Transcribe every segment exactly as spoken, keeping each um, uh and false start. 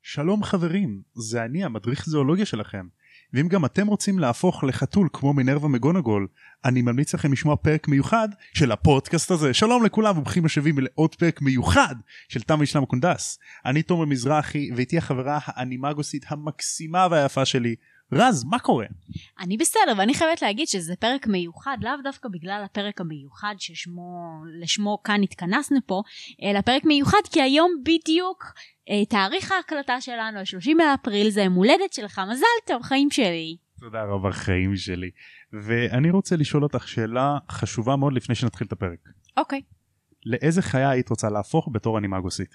שלום חברים, זה אני המדריך זואולוגיה שלכם, ואם גם אתם רוצים להפוך לחתול כמו מינרווה מגונגול, אני ממליץ לכם לשמוע פרק מיוחד של הפודקאסט הזה. שלום לכולם וברוכים השבים לעוד פרק מיוחד של תם וישלם הקונדס. אני תומר מזרחי ואיתי החברה האנימגוסית המקסימה והיפה שלי, רז, מה קורה? אני בסדר, ואני חייבת להגיד שזה פרק מיוחד, לאו דווקא בגלל הפרק המיוחד ששמו, לשמו כאן התכנסנו פה, אלא פרק מיוחד כי היום בדיוק תאריך ההקלטה שלנו, ה-שלושים באפריל, זה יום הולדת שלך, מזל טוב, חיים שלי. תודה רבה, חיים שלי. ואני רוצה לשאול אותך שאלה חשובה מאוד לפני שנתחיל את הפרק. אוקיי. לאיזה חיה היית רוצה להפוך בתור אנימגוסית?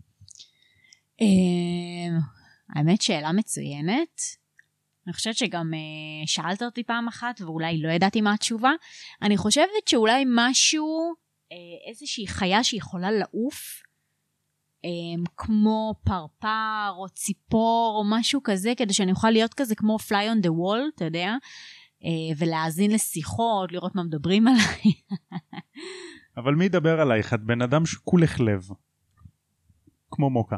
האמת, שאלה מצוינת. אני חושבת שגם uh, שאלת אותי פעם אחת ואולי לא ידעתי מה התשובה. אני חושבת שאולי משהו, uh, איזושהי חיה שיכולה לעוף, um, כמו פרפר או ציפור או משהו כזה, כדי שאני אוכל להיות כזה כמו fly on the wall, אתה יודע, uh, ולהאזין לשיחות, לראות מה מדברים עליי. אבל מי ידבר עלייך? את בן אדם שכולך לב. כמו מוקה.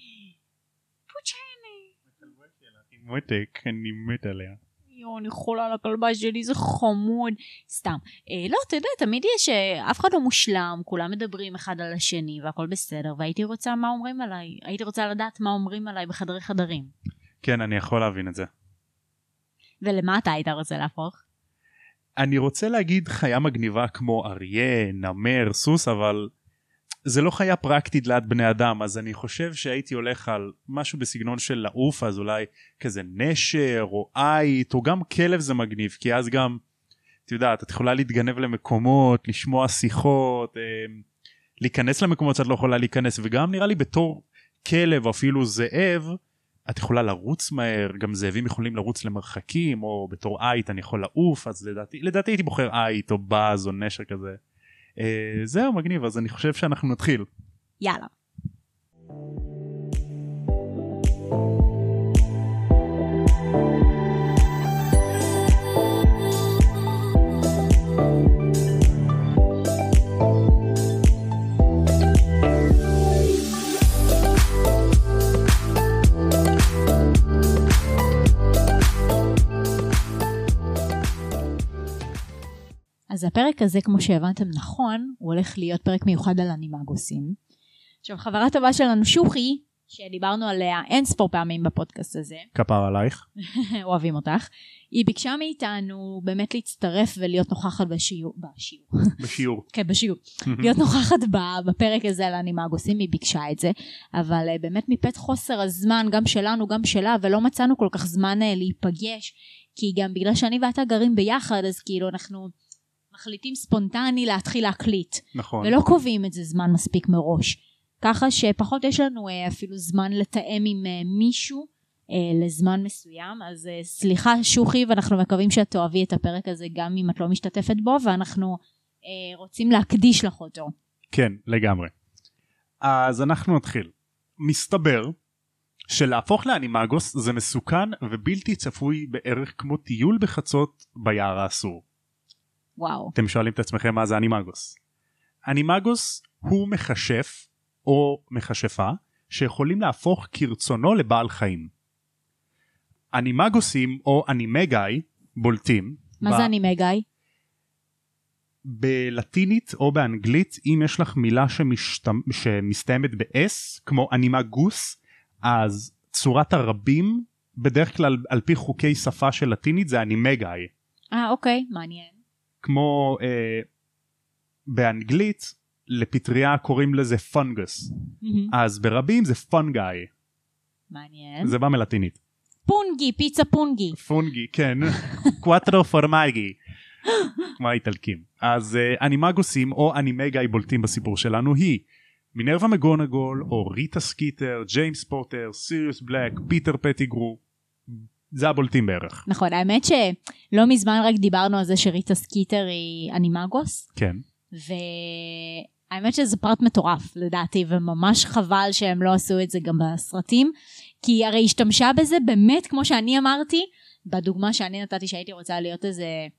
מותק, אני מת עליה. יו, אני חולה על הכלבה שלי, זה חמוד. סתם. אה, לא, אתה יודע, תמיד יש, אף אחד לא מושלם, כולם מדברים אחד על השני, והכל בסדר, והייתי רוצה מה אומרים עליי, הייתי רוצה לדעת מה אומרים עליי בחדרי חדרים. כן, אני יכול להבין את זה. ולמה אתה היית רוצה להפוך? אני רוצה להגיד חיה מגניבה כמו אריה, נמר, סוס, אבל זה לא חיה פרקטית ליד בני אדם, אז אני חושב שהייתי הולך על משהו בסגנון של לעוף, אז אולי כזה נשר או עית, או גם כלב זה מגניב, כי אז גם, אתה יודעת, את יכולה להתגנב למקומות, לשמוע שיחות, אה, להיכנס למקומות שאת לא יכולה להיכנס, וגם נראה לי בתור כלב, אפילו זאב, את יכולה לרוץ מהר, גם זאבים יכולים לרוץ למרחקים, או בתור עית אני יכול לעוף, אז לדעתי, לדעתי הייתי בוחר עית או באז או נשר כזה. Uh, זהו מגניב, אז אני חושב שאנחנו נתחיל. יאללה. אז הפרק הזה, כמו שהבנתם נכון, הוא הולך להיות פרק מיוחד על אנימגוסים. עכשיו, חברה טובה שלנו, שוחי, שדיברנו עליה אין ספור פעמים בפודקאסט הזה. כפר עלייך. אוהבים אותך. היא ביקשה מאיתנו באמת להצטרף ולהיות נוכחת בשיעור. בשיעור. בשיעור. כן, בשיעור. להיות נוכחת בפרק הזה על אנימגוסים, היא ביקשה את זה. אבל באמת מפאת חוסר הזמן, גם שלנו, גם שלה, ולא מצאנו כל כך זמן להיפגש, כי גם בגלל שאני ואתה גרים ביחד, אז כאילו אנחנו מחליטים ספונטני להתחיל להקליט. נכון. ולא קובעים את זה זמן מספיק מראש. ככה שפחות יש לנו אפילו זמן לתאם עם מישהו לזמן מסוים. אז סליחה שוחי, ואנחנו מקווים שאת תאהבי את הפרק הזה גם אם את לא משתתפת בו, ואנחנו רוצים להקדיש לך אותו. כן, לגמרי. אז אנחנו נתחיל. מסתבר שלהפוך לאנימגוס זה מסוכן ובלתי צפוי בערך כמו טיול בחצות ביער האסור. וואו. אתם שואלים את עצמכם מה זה אנימגוס. אנימגוס הוא מכשף או מכשפה שיכולים להפוך כרצונו לבעל חיים. אנימגוסים או אנימגאי בולטים. מה ב... זה אנימגאי? בלטינית או באנגלית, אם יש לך מילה שמשת... שמסתיימת ב-S, כמו אנימגוס, אז צורת הרבים, בדרך כלל על פי חוקי שפה של לטינית, זה אנימגאי. אה, אוקיי, מעניין. כמו אה, באנגלית לפטריה קוראים לזה פונגוס, mm-hmm. אז ברבים זה פונגאי. מעניין. זה בא מלטינית. פונגי, פיצה פונגי. פונגי, כן. קואטרו פורמאגי. כמו האיטלקים. אז אה, אנימגוסים או אנימגאי בולטים בסיפור שלנו היא מינרווה מגונגול או ריטה סקיטר, ג'יימס פוטר, סיריוס בלק, פיטר פטיגרו. זה הבולטים בערך. נכון, האמת שלא מזמן רק דיברנו על זה שריטה סקיטר היא אנימגוס. כן. והאמת שזה פרט מטורף לדעתי, וממש חבל שהם לא עשו את זה גם בסרטים, כי הרי השתמשה בזה באמת, כמו שאני אמרתי, בדוגמה שאני נתתי שהייתי רוצה להיות איזה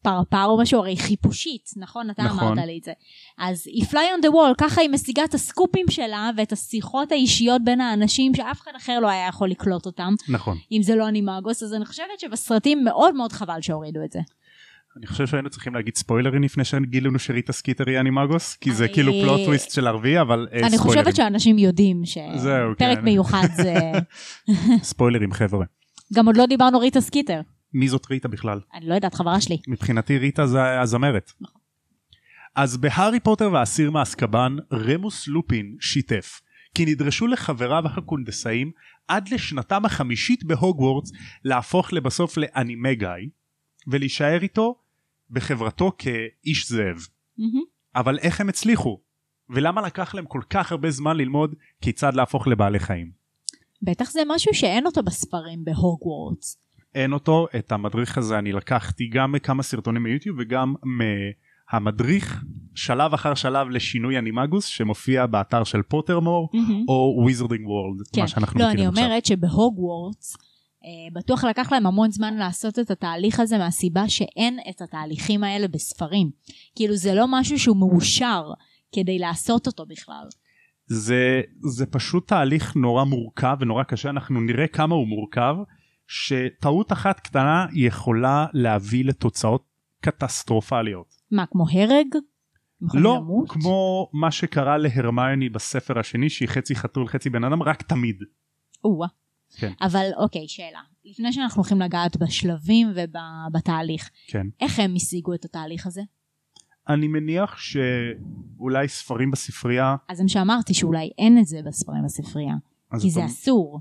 פרפר או משהו, הרי חיפושית, נכון? אתה נכון. אמרת לי את זה. אז היא fly on the wall, ככה היא משיגה את הסקופים שלה, ואת השיחות האישיות בין האנשים, שאף אחד אחר לא היה יכול לקלוט אותם. נכון. אם זה לא אנימגוס, אז אני חושבת שבסרטים מאוד מאוד חבל שהורידו את זה. אני חושב שהיינו צריכים להגיד ספוילרים לפני שגילנו שריטה סקיטר היא אנימגוס, כי זה אני- כאילו פלוט טוויסט של ערבי, אבל אה, אני ספוילרים. חושבת שאנשים יודעים זהו, שפרק כן. מיוחד זה... ספוילרים חבר'ה. גם עוד לא דיברנו ריטה סקיטר. מי זאת ריטה בכלל? אני לא יודעת, חברה שלי. מבחינתי ריטה זה הזמרת. נכון. אז בהארי פוטר והאסיר מאסקבן, רמוס לופין שיתף, כי נדרשו לחבריו הקונדסאים עד לשנתם החמישית בהוגוורטס להפוך לבסוף לאנימגאי, ולהישאר איתו בחברתו כאיש זאב. מהמם. אבל איך הם הצליחו? ולמה לקח להם כל כך הרבה זמן ללמוד כיצד להפוך לבעלי חיים? בטח זה משהו שאין אותו בספרים בהוגוורטס. אין אותו, את המדריך הזה אני לקחתי גם מכמה סרטונים מיוטיוב וגם מהמדריך שלב אחר שלב לשינוי אנימגוס שמופיע באתר של פוטרמור מהמם. או וויזרדינג וורלד, כן. מה שאנחנו לא, אני מכירים עכשיו. אומרת שבהוגוורטס אה, בטוח לקח להם המון זמן לעשות את התהליך הזה מהסיבה שאין את התהליכים האלה בספרים. כאילו זה לא משהו שהוא מאושר כדי לעשות אותו בכלל. זה, זה פשוט תהליך נורא מורכב ונורא קשה, אנחנו נראה כמה הוא מורכב, שטעות אחת קטנה יכולה להביא לתוצאות קטסטרופליות. מה, כמו הרג? הם יכולים לא, למות? כמו מה שקרה להרמיוני בספר השני, שהיא חצי חתול חצי בן אדם, רק תמיד. או-אה. כן. אבל אוקיי, שאלה. לפני שאנחנו הולכים לגעת בשלבים ובתהליך, כן. איך הם השיגו את התהליך הזה? אני מניח שאולי ספרים בספרייה, אז הם שאמרתי שאולי אין את זה בספרים בספרייה, אז כי אתה- זה אסור.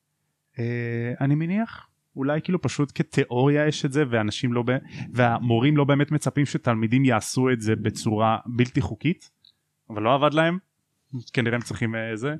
אה, אני מניח, אולי כאילו פשוט כתיאוריה יש את זה, ואנשים לא, ב... והמורים לא באמת מצפים שתלמידים יעשו את זה בצורה בלתי חוקית, אבל לא עבד להם, כנראה הם צריכים אה, זה.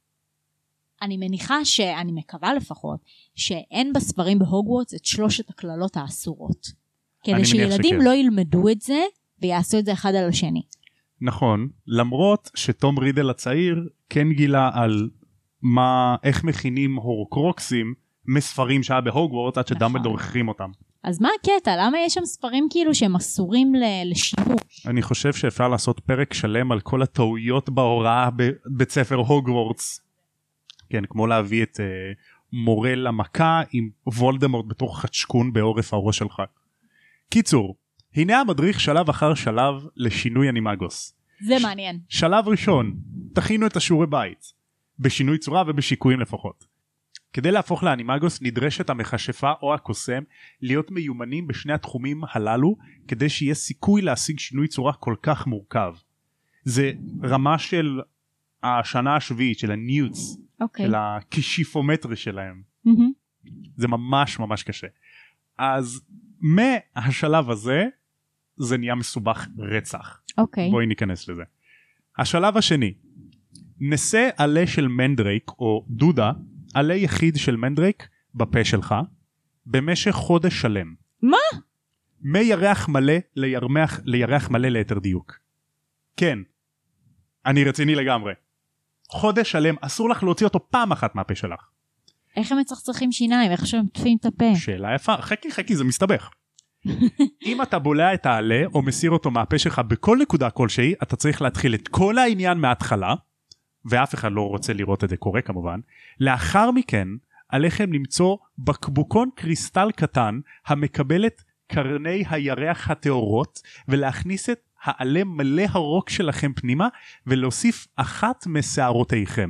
אני מניחה שאני מקווה לפחות, שאין בספרים בהוגוורטס את שלושת הכללות האסורות. אני כדי מניח שילדים שכן. לא ילמדו את זה, ויעשו את זה אחד על השני. נכון, למרות שתום רידל הצעיר כן גילה על מה, איך מכינים הורקרוקסים מספרים שהיה בהוגוורטס עד שדמבלדור החרים אותם. אז מה הקטע? למה יש שם ספרים כאילו שהם אסורים ל- לשימוש? אני חושב שאפשר לעשות פרק שלם על כל הטעויות בהוראה בבית ספר הוגוורטס. כן, כמו להביא את uh, מורה למכה עם וולדמורט בתור חצ'קון בעורף הראש שלך. קיצור, הנה המדריך שלב אחר שלב לשינוי אנימגוס. זה מעניין. שלב ראשון, תכינו את השיעורי בית, בשינוי צורה ובשיקויים לפחות. כדי להפוך לאנימגוס נדרשת המכשפה או הקוסם להיות מיומנים בשני התחומים הללו, כדי שיהיה סיכוי להשיג שינוי צורה כל כך מורכב. זה רמה של השנה השביעית, של הניוטס, אוקיי. של הכשיפומטרי שלהם. מהמם. זה ממש ממש קשה. אז מהשלב הזה זה נהיה מסובך רצח. אוקיי. בואי ניכנס לזה. השלב השני, נשא עלה של מנדרייק או דודה, עלה יחיד של מנדרייק בפה שלך במשך חודש שלם. מה? מירח מלא לירח, לירח מלא ליתר דיוק. כן, אני רציני לגמרי. חודש שלם, אסור לך להוציא אותו פעם אחת מהפה שלך. איך הם מצחצחים שיניים? איך שהם מטפים את הפה? שאלה יפה, חכי חכי זה מסתבך. אם אתה בולע את העלה או מסיר אותו מהפה שלך בכל נקודה כלשהי, אתה צריך להתחיל את כל העניין מההתחלה, ואף אחד לא רוצה לראות את זה קורה כמובן. לאחר מכן עליכם למצוא בקבוקון קריסטל קטן המקבל את קרני הירח הטהורות, ולהכניס את העלה מלא הרוק שלכם פנימה ולהוסיף אחת משערותיכם.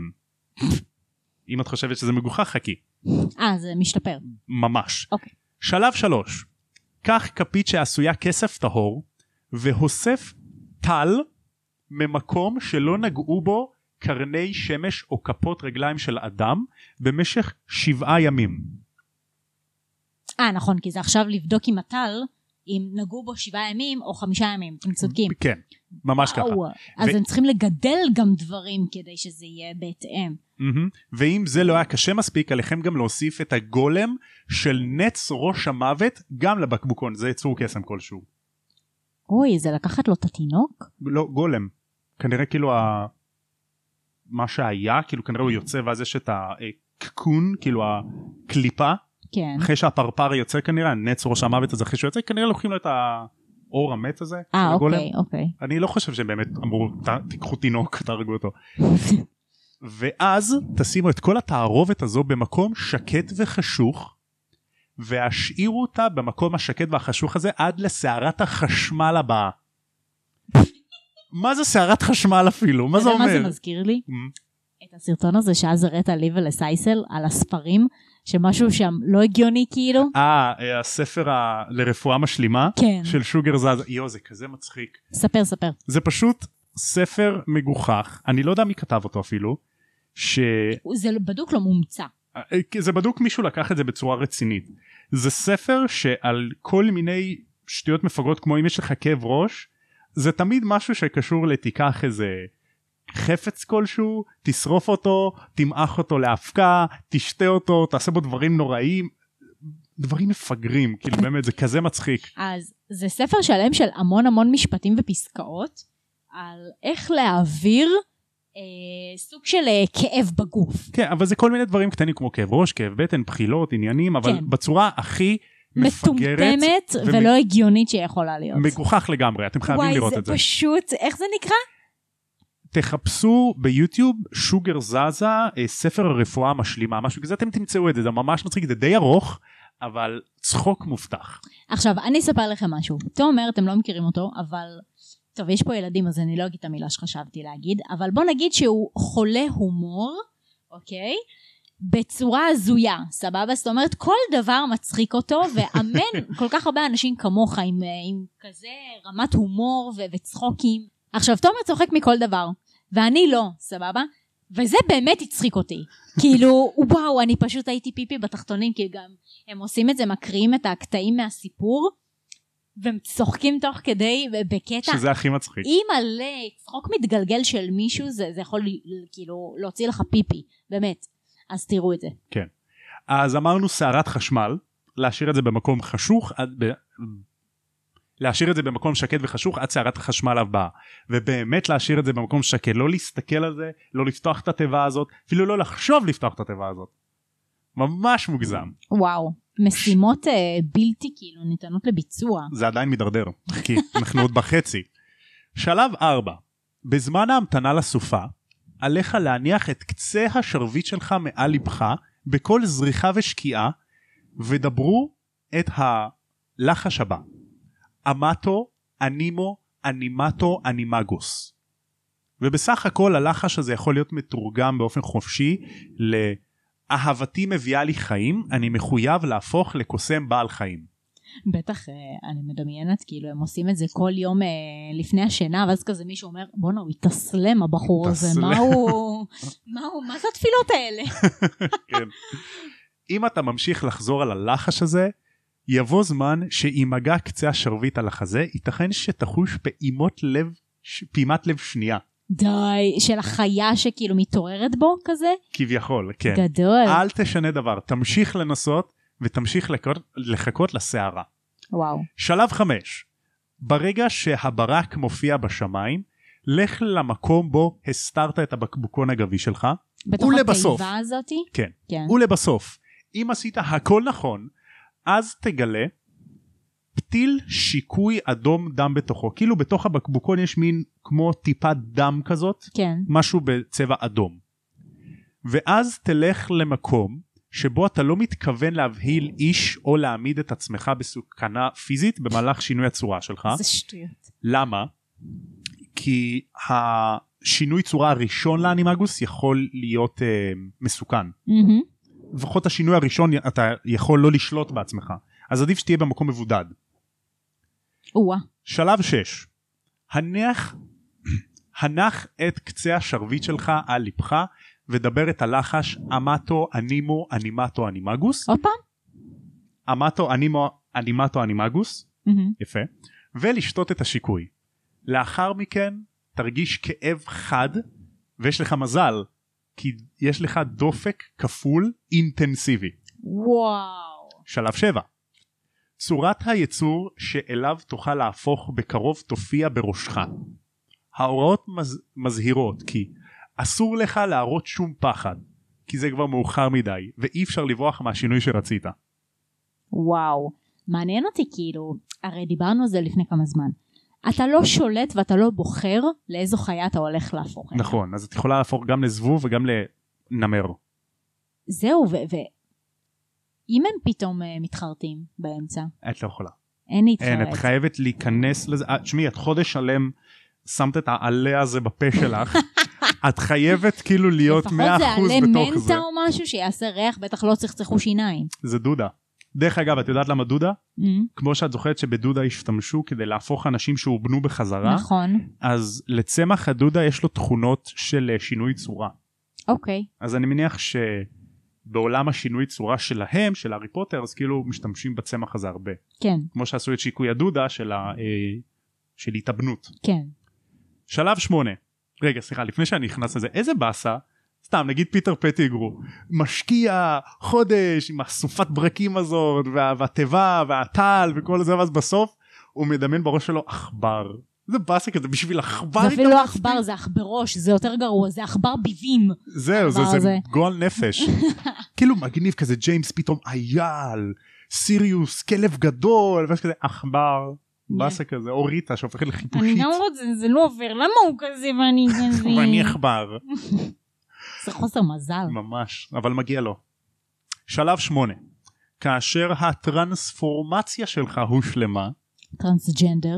אם את חושבת שזה מגוחך, חכי. אה, זה משתפר. ממש. אוקיי. שלב שלוש, קח כפית שעשויה כסף טהור והוסף טל ממקום שלא נגעו בו קרני שמש או כפות רגליים של אדם במשך שבעה ימים. אה, נכון, כי זה עכשיו לבדוק עם הטל, אם נגעו בו שבעה ימים או חמישה ימים, הם צודקים. כן, ממש ככה. וואו, אז ו- הם צריכים לגדל גם דברים כדי שזה יהיה בהתאם. מהמם. ואם זה לא היה קשה מספיק, עליכם גם להוסיף את הגולם של נץ ראש המוות גם לבקבוקון, זה יצור קסם כלשהו. אוי, זה לקחת לו את התינוק? לא, גולם. כנראה כאילו ה... מה שהיה, כאילו כנראה הוא יוצא ואז יש את הקקון, כאילו הקליפה, כן. אחרי שהפרפר יוצא כנראה, הנץ ראש המוות הזה אחרי שהוא יוצא, כנראה לוקחים לו את האור המת הזה. אה, אוקיי, אוקיי. אני לא חושב שהם באמת אמרו, תיקחו תינוק, תהרגו אותו. ואז תשימו את כל התערובת הזו במקום שקט וחשוך, והשאירו אותה במקום השקט והחשוך הזה עד לסערת החשמל הבאה. מה זה סערת חשמל אפילו? מה זה אומר? אתה יודע מה זה מזכיר לי? את הסרטון הזה שאז הראת לי ולסייסל על הספרים, שמשהו שם לא הגיוני כאילו. אה, הספר ה... לרפואה משלימה? כן. של שוגר זזה. יו, זה כזה מצחיק. ספר, ספר. זה פשוט ספר מגוחך, אני לא יודע מי כתב אותו אפילו, ש... זה בדוק לא מומצא. זה בדוק מישהו לקח את זה בצורה רצינית. זה ספר שעל כל מיני שטויות מפגרות, כמו אם יש לך כאב ראש, זה תמיד משהו שקשור לתיקח איזה חפץ כלשהו, תשרוף אותו, תמעך אותו להפקה, תשתה אותו, תעשה בו דברים נוראים, דברים מפגרים, כאילו באמת זה כזה מצחיק. אז זה ספר שלם של המון המון משפטים ופסקאות, על איך להעביר אה, סוג של אה, כאב בגוף. כן, אבל זה כל מיני דברים קטנים כמו כאב ראש, כאב בטן, בחילות, עניינים, אבל כן. בצורה הכי מפגרת. מטומטמת ומ... ולא הגיונית שיכולה להיות. מגוחך לגמרי, אתם חייבים וואי, לראות את זה. וואי, זה פשוט, איך זה נקרא? תחפשו ביוטיוב שוגר זזה, ספר הרפואה המשלימה, משהו כזה, אתם תמצאו את זה, זה ממש מצחיק, זה די ארוך, אבל צחוק מובטח. עכשיו, אני אספר לכם משהו. תומר, אתם לא מכירים אותו, אבל... טוב, יש פה ילדים, אז אני לא אגיד את המילה שחשבתי להגיד, אבל בוא נגיד שהוא חולה הומור, אוקיי? בצורה הזויה, סבבה? זאת אומרת, כל דבר מצחיק אותו, ואמן כל כך הרבה אנשים כמוך, עם, עם כזה רמת הומור ו- וצחוקים. עכשיו, תומר צוחק מכל דבר, ואני לא, סבבה? וזה באמת הצחיק אותי. כאילו, וואו, אני פשוט הייתי פיפי בתחתונים, כי גם הם עושים את זה, מקריאים את הקטעים מהסיפור, והם צוחקים תוך כדי, בקטע... שזה הכי מצחיק. אם עלה צחוק מתגלגל של מישהו, זה, זה יכול כאילו להוציא לך פיפי, באמת. אז תראו את זה. כן. אז אמרנו סערת חשמל, להשאיר את זה במקום חשוך, עד ב... להשאיר את זה במקום שקט וחשוך עד סערת החשמל הבאה. ובאמת להשאיר את זה במקום שקט, לא להסתכל על זה, לא לפתוח את התיבה הזאת, אפילו לא לחשוב לפתוח את התיבה הזאת. ממש מוגזם. וואו, משימות ש... בלתי כאילו ניתנות לביצוע. זה עדיין מדרדר, כי אנחנו עוד בחצי. שלב ארבע, בזמן ההמתנה לסופה, עליך להניח את קצה השרביט שלך מעל לבך, בכל זריחה ושקיעה, ודברו את הלחש הבא. אמטו, אנימו, אנימטו, אנימגוס. ובסך הכל הלחש הזה יכול להיות מתורגם באופן חופשי לאהבתי מביאה לי חיים, אני מחויב להפוך לקוסם בעל חיים. בטח אני מדמיינת, כאילו הם עושים את זה כל יום לפני השינה, ואז כזה מישהו אומר, בוא'נה, הוא יתסלם הבחור הזה, מה הוא, מה הוא, מה זה התפילות האלה? כן. אם אתה ממשיך לחזור על הלחש הזה, יבוא זמן שימגע קצה השרביט על החזה, ייתכן שתחוש פעימות לב, פעימת לב שנייה. די, של החיה שכאילו מתעוררת בו כזה? כביכול, כן. גדול. אל תשנה דבר, תמשיך לנסות ותמשיך לחכות, לחכות לסערה. וואו. שלב חמש, ברגע שהברק מופיע בשמיים, לך למקום בו הסתרת את הבקבוקון הגבי שלך, בתוך ולבסוף. התיבה הזאת? כן. כן. ולבסוף, אם עשית הכל נכון, אז תגלה פתיל שיקוי אדום דם בתוכו, כאילו בתוך הבקבוקון יש מין כמו טיפת דם כזאת, כן. משהו בצבע אדום. ואז תלך למקום שבו אתה לא מתכוון להבהיל איש או להעמיד את עצמך בסכנה פיזית במהלך שינוי הצורה שלך. זה שטויות. למה? כי השינוי צורה הראשון לאנימגוס יכול להיות אה, מסוכן. Mm-hmm. לפחות השינוי הראשון אתה יכול לא לשלוט בעצמך, אז עדיף שתהיה במקום מבודד. אוה. שלב שש, הנח, הנח את קצה השרביט שלך על ליבך, ודבר את הלחש, אמטו, אנימו, אנימטו, אנימגוס. עוד פעם? אמטו, אנימו, אנימטו, אנימגוס. Mm-hmm. יפה. ולשתות את השיקוי. לאחר מכן, תרגיש כאב חד, ויש לך מזל, כי יש לך דופק כפול אינטנסיבי. וואו. שלב שבע. צורת היצור שאליו תוכל להפוך בקרוב תופיע בראשך. ההוראות מז... מזהירות כי אסור לך להראות שום פחד, כי זה כבר מאוחר מדי, ואי אפשר לברוח מהשינוי שרצית. וואו. מעניין אותי כאילו, הרי דיברנו על זה לפני כמה זמן. אתה לא שולט ואתה לא בוחר לאיזו חיה אתה הולך להפוך. נכון, אז את יכולה להפוך גם לזבוב וגם לנמר. זהו, ואם הם פתאום מתחרטים באמצע? את לא יכולה. אין להתחרט. אין, את חייבת להיכנס לזה. תשמעי, את חודש שלם שמת את העלה הזה בפה שלך. את חייבת כאילו להיות מאה אחוז בתוך זה. לפחות זה עלה מנטה או משהו שיעשה ריח, בטח לא צחצחו שיניים. זה דודה. דרך אגב, את יודעת למה דודה? כמו שאת זוכרת שבדודה השתמשו כדי להפוך אנשים שהובנו בחזרה. נכון. אז לצמח הדודה יש לו תכונות של שינוי צורה. אוקיי. אז אני מניח שבעולם השינוי צורה שלהם, של הארי פוטר, אז כאילו משתמשים בצמח הזה הרבה. כן. כמו שעשו את שיקוי הדודה של, ה, של התאבנות. כן. שלב שמונה. רגע, סליחה, לפני שאני נכנס לזה, איזה באסה, סתם, נגיד פיטר פטיגרו, משקיע חודש עם הסופת ברקים הזאת, וה, והטבע, והטל, וכל זה, ואז בסוף הוא מדמיין בראש שלו עכבר. זה באסה כזה בשביל עכבר. זה אפילו לא עכבר, זה עכברוש, זה יותר גרוע, זה עכבר ביבים. זהו, זה, זה, זה גועל נפש. כאילו מגניב כזה, ג'יימס פתאום אייל, סיריוס, כלב גדול, ואז כזה עכבר. באסה כזה, או ריטה שהופכת לחיפושית. אני גם רוצה, זה לא עובר, למה הוא כזה ואני כזה? ואני עכבר. זה חוסר מזל. ממש, אבל מגיע לו. שלב שמונה. כאשר הטרנספורמציה שלך הושלמה. טרנסג'נדר.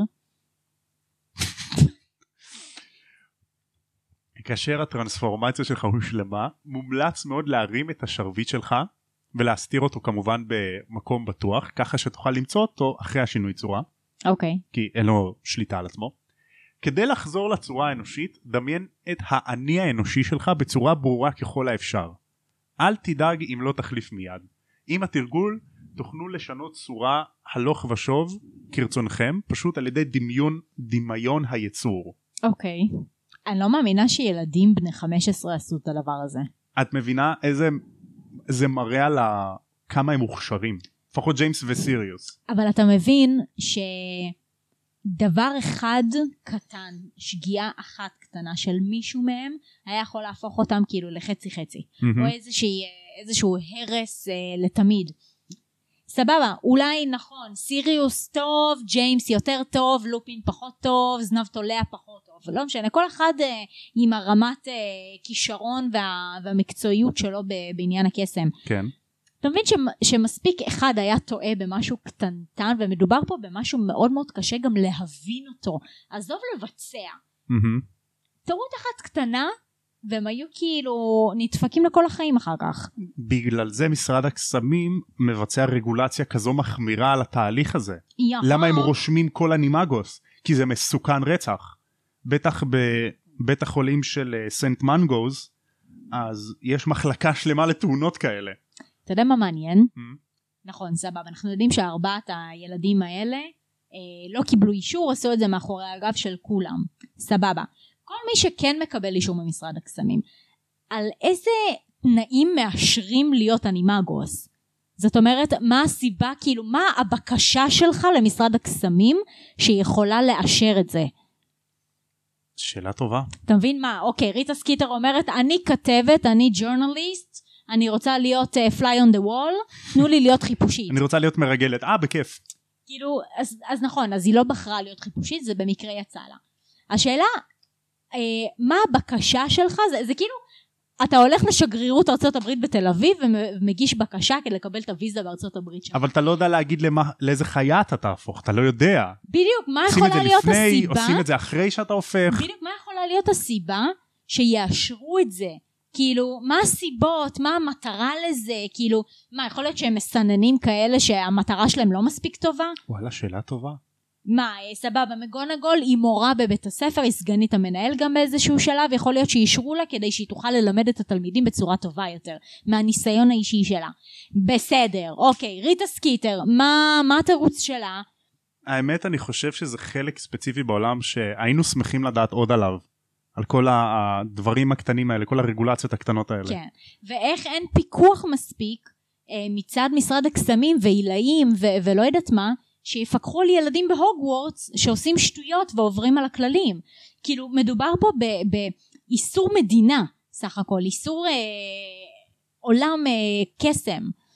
כאשר הטרנספורמציה שלך הושלמה, מומלץ מאוד להרים את השרביט שלך, ולהסתיר אותו כמובן במקום בטוח, ככה שתוכל למצוא אותו אחרי השינוי צורה. אוקיי. Okay. כי אין לו שליטה על עצמו. כדי לחזור לצורה האנושית, דמיין את האני האנושי שלך בצורה ברורה ככל האפשר. אל תדאג אם לא תחליף מיד. עם התרגול תוכלו לשנות צורה הלוך ושוב כרצונכם, פשוט על ידי דמיון, דמיון היצור. אוקיי. Okay. אני לא מאמינה שילדים בני חמש עשרה עשו את הדבר הזה. את מבינה איזה, זה מראה על כמה הם מוכשרים. לפחות ג'יימס וסיריוס. אבל אתה מבין שדבר אחד קטן, שגיאה אחת קטנה של מישהו מהם, היה יכול להפוך אותם כאילו לחצי חצי. Mm-hmm. או איזושהי, איזשהו הרס אה, לתמיד. סבבה, אולי נכון, סיריוס טוב, ג'יימס יותר טוב, לופין פחות טוב, זנב תולע פחות טוב. לא משנה, כל אחד אה, עם הרמת אה, כישרון וה, והמקצועיות שלו בעניין הקסם. כן. אתה מבין שמספיק אחד היה טועה במשהו קטנטן, ומדובר פה במשהו מאוד מאוד קשה גם להבין אותו. עזוב לבצע. טעות אחת קטנה, והם היו כאילו נדפקים לכל החיים אחר כך. בגלל זה משרד הקסמים מבצע רגולציה כזו מחמירה על התהליך הזה. למה הם רושמים כל אנימגוס? כי זה מסוכן רצח. בטח בבית החולים של סנט מנגוז, אז יש מחלקה שלמה לתאונות כאלה. אתה יודע מה מעניין? Mm-hmm. נכון, סבבה. אנחנו יודעים שארבעת הילדים האלה אה, לא קיבלו אישור, עשו את זה מאחורי הגב של כולם. סבבה. כל מי שכן מקבל אישור ממשרד הקסמים, על איזה תנאים מאשרים להיות אנימגוס? זאת אומרת, מה הסיבה, כאילו, מה הבקשה שלך למשרד הקסמים שיכולה לאשר את זה? שאלה טובה. אתה מבין מה? אוקיי, ריטה סקיטר אומרת, אני כתבת, אני ג'ורנליסט, אני רוצה להיות uh, fly on the wall, תנו לי להיות חיפושית. אני רוצה להיות מרגלת, אה, בכיף. כאילו, אז, אז נכון, אז היא לא בחרה להיות חיפושית, זה במקרה יצא לה. השאלה, אה, מה הבקשה שלך? זה, זה כאילו, אתה הולך לשגרירות ארצות הברית בתל אביב, ומגיש בקשה כדי לקבל את הוויזה בארצות הברית שלך. אבל אתה לא יודע להגיד למה, לאיזה חיה אתה תהפוך, אתה לא יודע. בדיוק, מה יכולה להיות לפני, הסיבה? עושים את זה אחרי שאתה הופך. בדיוק, מה יכולה להיות הסיבה שיאשרו את זה? כאילו, מה הסיבות, מה המטרה לזה, כאילו, מה, יכול להיות שהם מסננים כאלה שהמטרה שלהם לא מספיק טובה? וואלה, שאלה טובה. מה, סבבה, מגונגול היא מורה בבית הספר, היא סגנית המנהל גם באיזשהו שלב, יכול להיות שישרו לה כדי שהיא תוכל ללמד את התלמידים בצורה טובה יותר, מהניסיון האישי שלה. בסדר, אוקיי, ריטה סקיטר, מה, מה התירוץ שלה? האמת, אני חושב שזה חלק ספציפי בעולם שהיינו שמחים לדעת עוד עליו. על כל הדברים הקטנים האלה, כל הרגולציות הקטנות האלה. כן, ואיך אין פיקוח מספיק אה, מצד משרד הקסמים ועילאים ו- ולא יודעת מה, שיפקחו על ילדים בהוגוורטס שעושים שטויות ועוברים על הכללים. כאילו מדובר פה באיסור מדינה, סך הכל, איסור אה, עולם אה, קסם.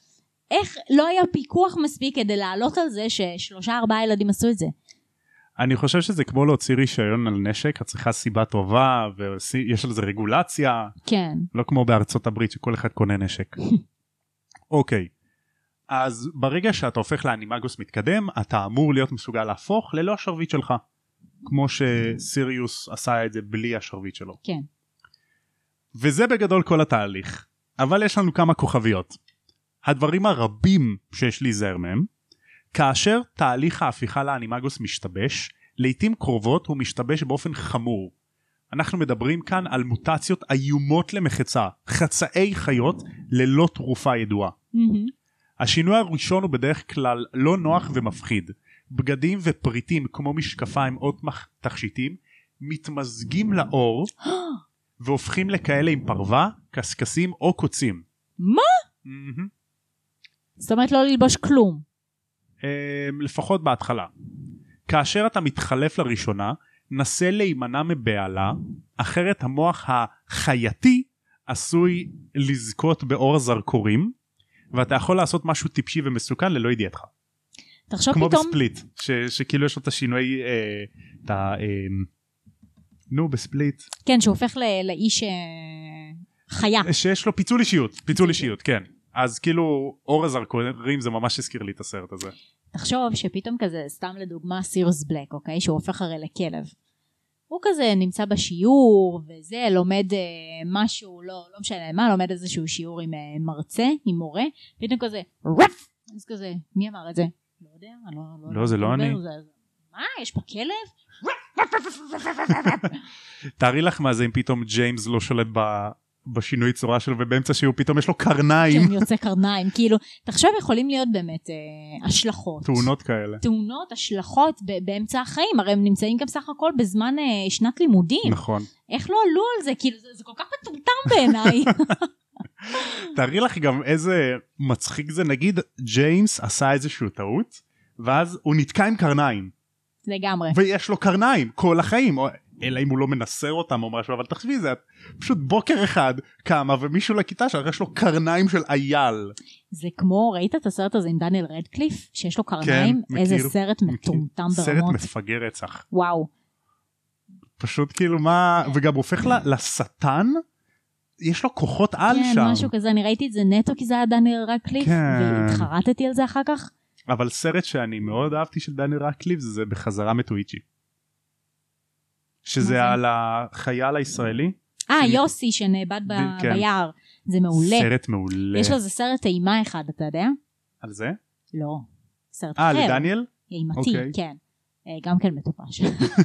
איך לא היה פיקוח מספיק כדי לעלות על זה ששלושה ארבעה ילדים עשו את זה? אני חושב שזה כמו להוציא רישיון על נשק, את צריכה סיבה טובה, ויש על זה רגולציה. כן. לא כמו בארצות הברית שכל אחד קונה נשק. אוקיי. אז ברגע שאתה הופך לאנימגוס מתקדם, אתה אמור להיות מסוגל להפוך ללא השרביט שלך. כמו שסיריוס עשה את זה בלי השרביט שלו. כן. וזה בגדול כל התהליך. אבל יש לנו כמה כוכביות. הדברים הרבים שיש להיזהר מהם, כאשר תהליך ההפיכה לאנימגוס משתבש, לעתים קרובות הוא משתבש באופן חמור. אנחנו מדברים כאן על מוטציות איומות למחצה, חצאי חיות ללא תרופה ידועה. Mm-hmm. השינוי הראשון הוא בדרך כלל לא נוח ומפחיד. בגדים ופריטים כמו משקפיים או תכשיטים מתמזגים לאור והופכים לכאלה עם פרווה, קסקסים או קוצים. מה? Mm-hmm. זאת אומרת לא ללבוש כלום. Um, לפחות בהתחלה. כאשר אתה מתחלף לראשונה, נסה להימנע מבעלה, אחרת המוח החייתי עשוי לזכות באור הזרקורים, ואתה יכול לעשות משהו טיפשי ומסוכן ללא ידיעתך. תחשוב כמו פתאום... בספליט, ש- שכאילו יש לו את השינוי, אה, את ה... אה, נו, בספליט. כן, שהוא הופך ל- לאיש אה, חיה. שיש לו פיצול אישיות, פיצול אישיות, כן. אז כאילו אור הזרקורים זה ממש הזכיר לי את הסרט הזה. תחשוב שפתאום כזה, סתם לדוגמה סיריוס בלק, אוקיי? שהוא הופך הרי לכלב. הוא כזה נמצא בשיעור וזה, לומד אה, משהו, לא, לא משנה מה, לומד איזשהו שיעור עם אה, מרצה, עם מורה, פתאום כזה, רף! אז כזה, מי אמר את זה? לא יודע, לא, לא, לא, זה לא אני. זה, מה, יש פה כלב? תארי לך מה זה אם פתאום ג'יימס לא שולט ב... בשינוי צורה שלו, ובאמצע שיעור פתאום יש לו קרניים. כן, יוצא קרניים, כאילו, תחשוב יכולים להיות באמת אה, השלכות. תאונות כאלה. תאונות, השלכות ב- באמצע החיים, הרי הם נמצאים גם סך הכל בזמן אה, שנת לימודים. נכון. איך לא עלו על זה? כאילו, זה, זה כל כך מטומטם בעיניי. תארי לך גם איזה מצחיק זה, נגיד ג'יימס עשה איזשהו טעות, ואז הוא נתקע עם קרניים. לגמרי. ויש לו קרניים כל החיים, או... אלא אם הוא לא מנסר אותם או משהו, אבל תחשבי זה, פשוט בוקר אחד קמה ומישהו לכיתה שלך יש לו קרניים של אייל. זה כמו, ראית את הסרט הזה עם דניאל רדקליף, שיש לו קרניים? כן, איזה מכיר, סרט מכיר. מטומטם ברמות. סרט מפגר רצח. וואו. פשוט כאילו מה, וגם הופך לשטן, יש לו כוחות על כן, שם. כן, משהו כזה, אני ראיתי את זה נטו כי זה היה דניאל רדקליף, כן. והתחרטתי על זה אחר כך. אבל סרט שאני מאוד אהבתי של דניאל רדקליף, זה בחזרה מטוויצ'י. שזה על החייל הישראלי. אה, יוסי שנאבד ביער. זה מעולה. סרט מעולה. יש לו זה סרט אימה אחד, אתה יודע? על זה? לא. סרט אחר. אה, לדניאל? אימתי, כן. גם כן מטופש.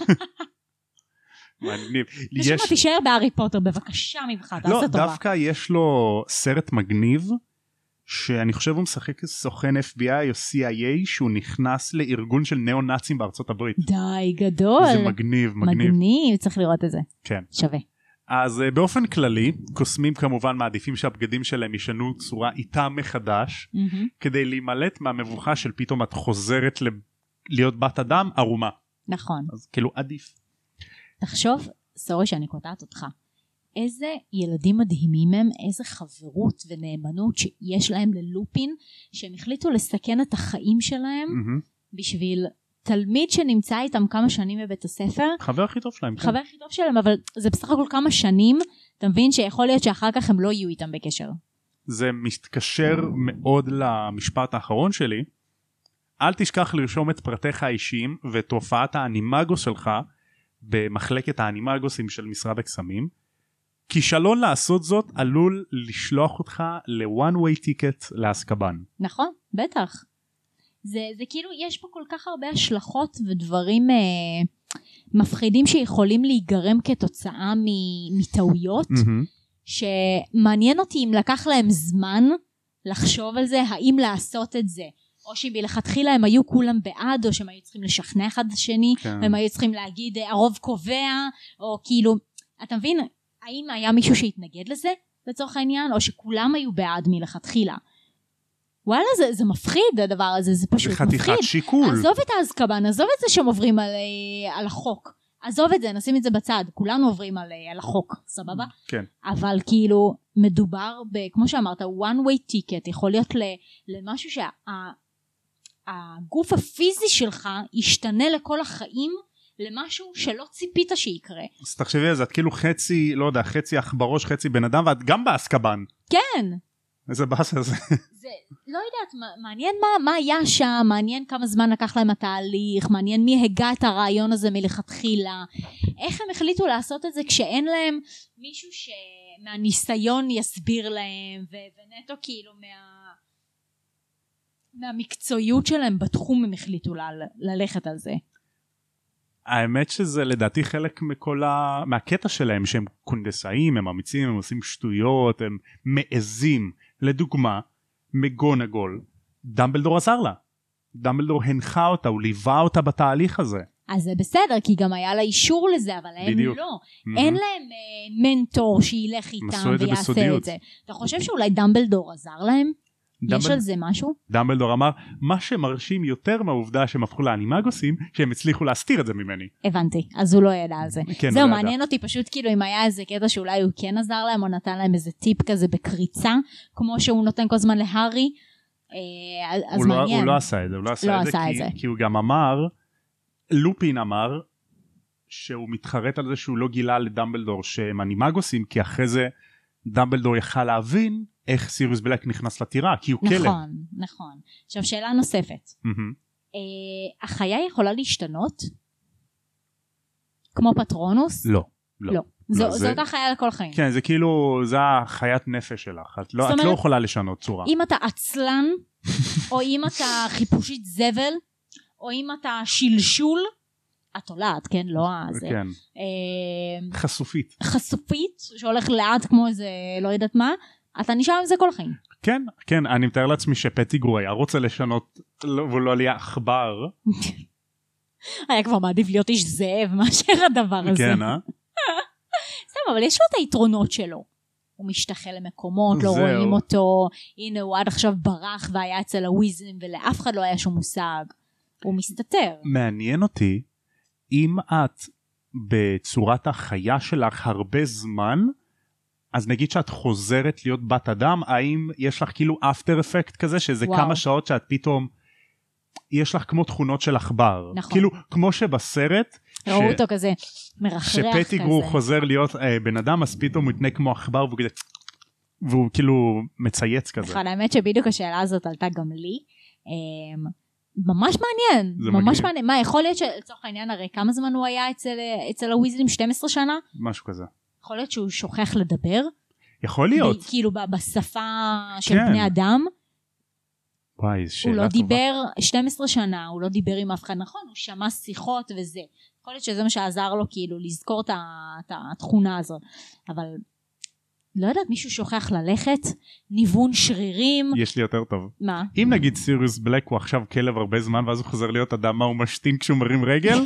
מגניב. נשמע תישאר בהארי פוטר, בבקשה ממך, תעשה טובה. לא, דווקא יש לו סרט מגניב, שאני חושב הוא משחק סוכן אף בי איי או סי איי איי, שהוא נכנס לארגון של נאו-נאצים בארצות הברית. די, גדול. זה מגניב, מגניב. מגניב, צריך לראות את זה. כן. שווה. אז באופן כללי, קוסמים כמובן מעדיפים שהבגדים שלהם ישנו צורה איתם מחדש, Mm-hmm. כדי להימלט מהמבוכה של פתאום את חוזרת ל... להיות בת אדם ערומה. נכון. אז כאילו עדיף. תחשוב, סורי שאני קוטעת אותך, איזה ילדים מדהימים הם, איזה חברות ונאמנות שיש להם ללופין, שהם החליטו לסכן את החיים שלהם Mm-hmm. בשביל תלמיד שנמצא איתם כמה שנים בבית הספר. חבר הכי טוב שלהם. חבר הכי טוב שלהם, אבל זה בסך הכל כמה שנים, אתה מבין שיכול להיות שאחר כך הם לא יהיו איתם בקשר. זה מתקשר מאוד למשפט האחרון שלי. אל תשכח לרשום את פרטיך האישיים ותופעת האנימגוס שלך במחלקת האנימגוסים של משרד הקסמים. כישלון לעשות זאת עלול לשלוח אותך ל-one way ticket לאסקבן. נכון, בטח. זה, זה כאילו יש פה כל כך הרבה השלכות ודברים אה, מפחידים שיכולים להיגרם כתוצאה מטעויות, Mm-hmm. שמעניין אותי אם לקח להם זמן לחשוב על זה, האם לעשות את זה, או שאם מלכתחילה הם היו כולם בעד, או שהם היו צריכים לשכנע אחד השני, כן. והם היו צריכים להגיד הרוב קובע, או כאילו, אתה מבין, האם היה מישהו שהתנגד לזה לצורך העניין, או שכולם היו בעד מלכתחילה. וואלה, זה, זה מפחיד הדבר הזה, זה פשוט זה מפחיד. חתיכת שיקול. עזוב את האזקבן, עזוב את זה שהם עוברים על, על החוק. עזוב את זה, נשים את זה בצד, כולנו עוברים על, על החוק, סבבה? כן. אבל כאילו מדובר, ב, כמו שאמרת, one way ticket, יכול להיות ל, למשהו שהגוף הפיזי שלך ישתנה לכל החיים, למשהו שלא ציפית שיקרה. אז תחשבי על זה, את כאילו חצי, לא יודע, חצי אח בראש, חצי בן אדם, ואת גם באסקבן. כן. איזה באסה זה. זה, לא יודעת, מעניין מה, מה היה שם, מעניין כמה זמן לקח להם התהליך, מעניין מי הגע את הרעיון הזה מלכתחילה, איך הם החליטו לעשות את זה כשאין להם מישהו שמהניסיון יסביר להם, ו, ונטו כאילו מה, מהמקצועיות שלהם בתחום הם החליטו ל, ללכת על זה. האמת שזה לדעתי חלק מכל ה... מהקטע שלהם שהם קונדסאים, הם אמיצים, הם עושים שטויות, הם מעזים. לדוגמה, מגונגול, דמבלדור עזר לה. דמבלדור הנחה אותה, הוא ליווה אותה בתהליך הזה. אז זה בסדר, כי גם היה לה אישור לזה, אבל הם בדיוק. לא. Mm-hmm. אין להם אה, מנטור שילך איתם את ויעשה בסודיות. את זה. אתה חושב שאולי דמבלדור עזר להם? דמבל... יש על זה משהו? דמבלדור אמר, מה שמרשים יותר מהעובדה שהם הפכו לאנימגוסים, שהם הצליחו להסתיר את זה ממני. הבנתי, אז הוא לא ידע על זה. כן, זהו, לא מעניין ידע. אותי פשוט כאילו אם היה איזה קטע שאולי הוא כן עזר להם, או נתן להם איזה טיפ כזה בקריצה, כמו שהוא נותן כל זמן להרי, אז הוא מעניין. לא, הוא לא עשה את זה, הוא לא עשה, לא את, זה עשה כי, את זה. כי הוא גם אמר, לופין אמר, שהוא מתחרט על זה שהוא לא גילה לדמבלדור שהם אנימגוסים, כי אחרי זה דמבלדור יכל להבין איך סיריוס בלק נכנס לטירה, כי הוא נכון, כלב. נכון, נכון. עכשיו שאלה נוספת. אה, החיה יכולה להשתנות? כמו פטרונוס? לא. לא. לא. זו, לא, זה... זאת החיה לכל חיים. כן, זה כאילו, זה החיית נפש שלך. את לא, את אומרת, לא יכולה לשנות צורה. אם אתה עצלן, או אם אתה חיפושית זבל, או אם אתה שלשול, את עולת, כן? לא זה. כן. אה, חשופית. חשופית, שהולך לאט כמו איזה, לא יודעת מה, אתה נשאר עם זה כל החיים. כן, כן, אני מתאר לעצמי שפטיגרו היה רוצה לשנות, והוא לא היה עכבר. היה כבר מעדיף להיות איש זאב, מאשר הדבר הזה. כן, אה? סתם, אבל יש לו את היתרונות שלו. הוא משתחל למקומות, לא זהו. רואים אותו, הנה הוא עד עכשיו ברח והיה אצל הוויזלים, ולאף אחד לא היה שום מושג. הוא מסתתר. מעניין אותי, אם את בצורת החיה שלך הרבה זמן, אז נגיד שאת חוזרת להיות בת אדם, האם יש לך כאילו אפטר אפקט כזה, שזה וואו. כמה שעות שאת פתאום, יש לך כמו תכונות של עכבר. נכון. כאילו, כמו שבסרט, ראו ש- אותו כזה מרחרח כזה. שפטיגרו חוזר להיות אה, בן אדם, אז פתאום הוא יתנה כמו עכבר, והוא כזה, והוא כאילו מצייץ כזה. נכון, האמת שבדיוק השאלה הזאת עלתה גם לי. אמ, ממש מעניין, זה ממש מגניב. מעניין. מה, יכול להיות שלצורך העניין הרי כמה זמן הוא היה אצל, אצל הוויזלים? שתים עשרה שנה? משהו כזה. יכול להיות שהוא שוכח לדבר? יכול להיות. ב- כאילו ב- בשפה של כן. בני אדם? וואי, איזו שאלה הוא טובה. לא דיבר שתים עשרה שנה, הוא לא דיבר עם אף אחד, נכון, הוא שמע שיחות וזה. יכול להיות שזה מה שעזר לו כאילו לזכור את ה- את התכונה הזאת. אבל לא יודעת, מישהו שוכח ללכת, ניוון שרירים, יש לי יותר טוב. מה? אם נגיד סיריוס בלק הוא עכשיו כלב הרבה זמן, ואז הוא חוזר להיות אדם, מה הוא משתין כשהוא מרים רגל?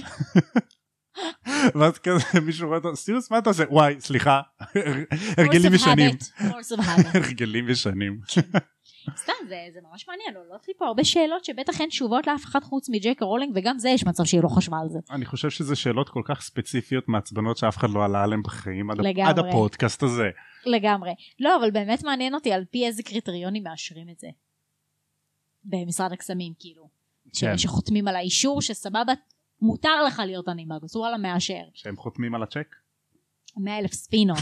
ואז כזה מישהו רואה אותו, סיריוס מה אתה עושה? וואי, סליחה, הרגלים Force of ישנים. habit, force of habit. הרגלים ישנים. סתם, זה, זה ממש מעניין, עולות לי פה הרבה שאלות שבטח אין תשובות לאף אחד חוץ מג'יי רולינג, וגם זה יש מצב שהיא לא חשבה על זה. אני חושב שזה שאלות כל כך ספציפיות מעצבנות שאף אחד לא עלה עליהם בחיים עד, לגמרי. עד הפודקאסט הזה. לגמרי. לא, אבל באמת מעניין אותי על פי איזה קריטריונים מאשרים את זה. במשרד הקסמים, כאילו. כן. ש- שחותמים על האישור שסבבה, מותר לך להיות אנימגוס, וואלה מאשר. שהם חותמים על הצ'ק. מאה אלף ספינות.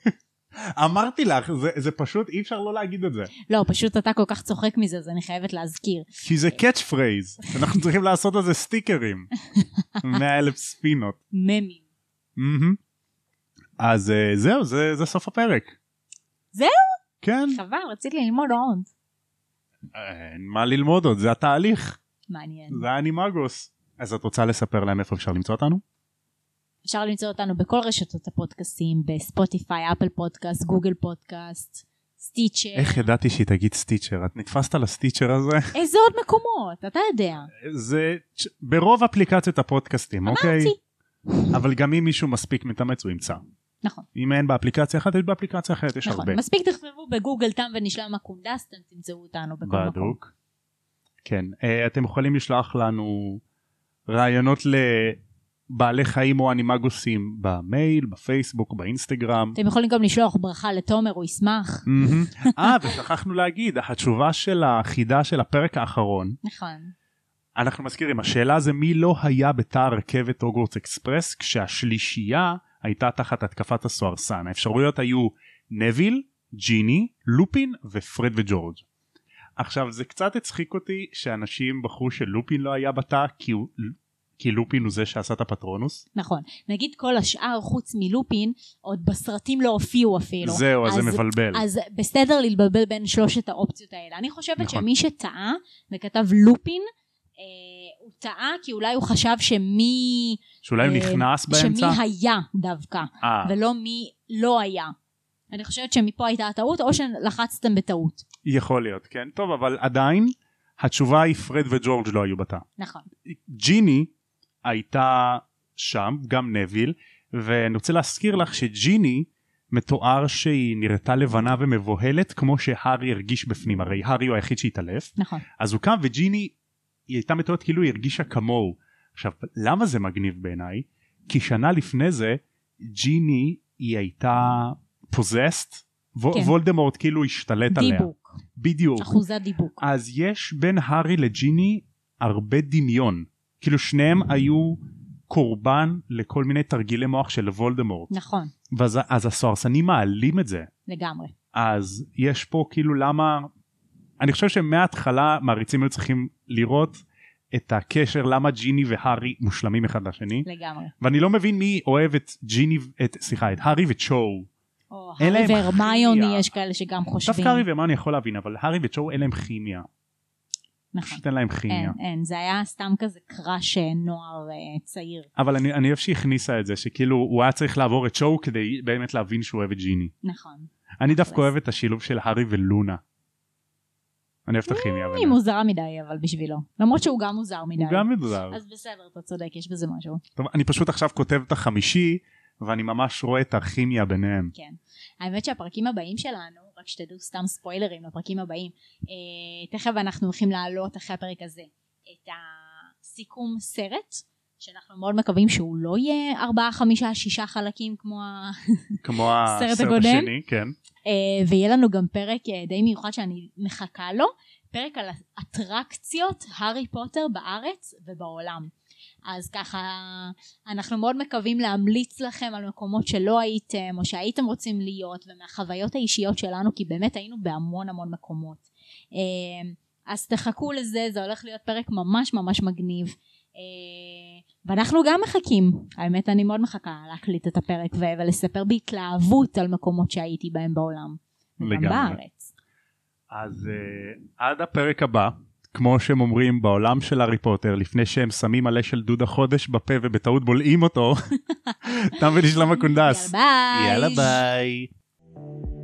אמרתי לך, זה, זה פשוט אי אפשר לא להגיד את זה. לא, פשוט אתה כל כך צוחק מזה, אז אני חייבת להזכיר. כי זה קאץ' פרייז. אנחנו צריכים לעשות על זה סטיקרים. מאה אלף ספינות. ממים. מהמם. אז אה, זהו, זה, זה סוף הפרק. זהו? כן. חבל, רציתי ללמוד עוד. אין מה ללמוד עוד, זה התהליך. מעניין. זה האנימגוס. אז את רוצה לספר להם איפה אפשר למצוא אותנו? אפשר למצוא אותנו בכל רשתות הפודקאסטים, בספוטיפיי, אפל פודקאסט, גוגל פודקאסט, סטיצ'ר. איך ידעתי שהיא תגיד סטיצ'ר? את נתפסת על הסטיצ'ר הזה? איזה עוד מקומות, אתה יודע. זה ברוב אפליקציות הפודקאסטים, אוקיי? אמרתי. אבל גם אם מישהו מספיק מתאמץ הוא ימצא. נכון. אם אין באפליקציה אחת, יש באפליקציה אחרת, יש נכון. הרבה. מספיק תכתבו בגוגל תם ונשלם הקונדס, אתם תמצאו אותנו בכל מקום. בדוק. כן, אה, אתם יכולים לשלוח לנו רעיונות בעלי חיים או אנימגוסים במייל, בפייסבוק, באינסטגרם. אתם יכולים גם לשלוח ברכה לתומר, הוא ישמח. אה, ושכחנו להגיד, התשובה של החידה של הפרק האחרון. נכון. אנחנו מזכירים, השאלה זה מי לא היה בתא הרכבת הוגוורטס אקספרס, כשהשלישייה הייתה תחת התקפת הסוהרסן. האפשרויות היו נביל, ג'יני, לופין ופרד וג'ורג'. עכשיו זה קצת הצחיק אותי שאנשים בחרו שלופין לא היה בתא, כי, הוא, כי לופין הוא זה שעשה את הפטרונוס. נכון, נגיד כל השאר חוץ מלופין עוד בסרטים לא הופיעו אפילו. זהו, אז, אז זה מבלבל. אז בסדר להתבלבל בין שלושת האופציות האלה. אני חושבת נכון. שמי שטעה וכתב לופין, אה, הוא טעה כי אולי הוא חשב שמי... שאולי הוא אה, נכנס באמצע? שמי היה דווקא, אה. ולא מי לא היה. אני חושבת שמפה הייתה הטעות, או שלחצתם בטעות. יכול להיות, כן. טוב, אבל עדיין, התשובה היא פרד וג'ורג' לא היו בתא. נכון. ג'יני הייתה שם, גם נביל, ואני רוצה להזכיר לך שג'יני מתואר שהיא נראתה לבנה ומבוהלת, כמו שהארי הרגיש בפנים, הרי הארי הוא היחיד שהתעלף. נכון. אז הוא קם וג'יני, היא הייתה מתוארת כאילו היא הרגישה כמוהו. עכשיו, למה זה מגניב בעיניי? כי שנה לפני זה, ג'יני היא הייתה... פוזסט, כן. וולדמורט כאילו השתלט דיבוק. עליה. בדיוק. אחוזת דיבוק. אז יש בין הארי לג'יני הרבה דמיון. כאילו שניהם היו קורבן לכל מיני תרגילי מוח של וולדמורט. נכון. ואז, אז הסוהרסנים מעלים את זה. לגמרי. אז יש פה כאילו למה, אני חושב שמההתחלה מעריצים היו צריכים לראות את הקשר למה ג'יני והארי מושלמים אחד לשני. לגמרי. ואני לא מבין מי אוהב את ג'יני, את, סליחה, את הארי וצ'ו. או הארי והרמיוני יש כאלה שגם חושבים. דווקא הארי והרמיוני יכול להבין, אבל הארי וצ'ו אין להם כימיה. נכון. פשוט אין להם כימיה. אין, אין, זה היה סתם כזה קראש נוער צעיר. אבל אני, אני אוהב שהכניסה את זה, שכאילו הוא היה צריך לעבור את צ'ו כדי באמת להבין שהוא אוהב את ג'יני. נכון. אני דווקא אוהב את השילוב של הארי ולונה. אני אוהב את הכימיה. היא מוזרה מדי אבל בשבילו. למרות שהוא גם מוזר מדי. הוא גם מוזר. אז בסדר, אתה צודק, יש בזה משהו. טוב, אני פשוט עכשיו כותב את החמישי, ואני ממש רואה את הכימיה ביניהם. כן. האמת שהפרקים הבאים שלנו, רק שתדעו סתם ספוילרים לפרקים הבאים, אה, תכף אנחנו הולכים לעלות אחרי הפרק הזה את הסיכום סרט, שאנחנו מאוד מקווים שהוא לא יהיה ארבעה, חמישה, שישה חלקים כמו, כמו הסרט הסרט הקודם. השני, כן. אה, ויהיה לנו גם פרק די מיוחד שאני מחכה לו, פרק על אטרקציות הארי פוטר בארץ ובעולם. אז ככה אנחנו מאוד מקווים להמליץ לכם על מקומות שלא הייתם או שהייתם רוצים להיות, ומהחוויות האישיות שלנו, כי באמת היינו בהמון המון מקומות. אז תחכו לזה, זה הולך להיות פרק ממש ממש מגניב, ואנחנו גם מחכים. האמת אני מאוד מחכה להקליט את הפרק ולספר בהתלהבות על מקומות שהייתי בהם בעולם וגם בארץ. אז uh, עד הפרק הבא, כמו שהם אומרים בעולם של הארי פוטר, לפני שהם שמים מלא של דוד החודש בפה ובטעות בולעים אותו, תם ונשלם הקונדס. יאללה ביי. יאללה ביי.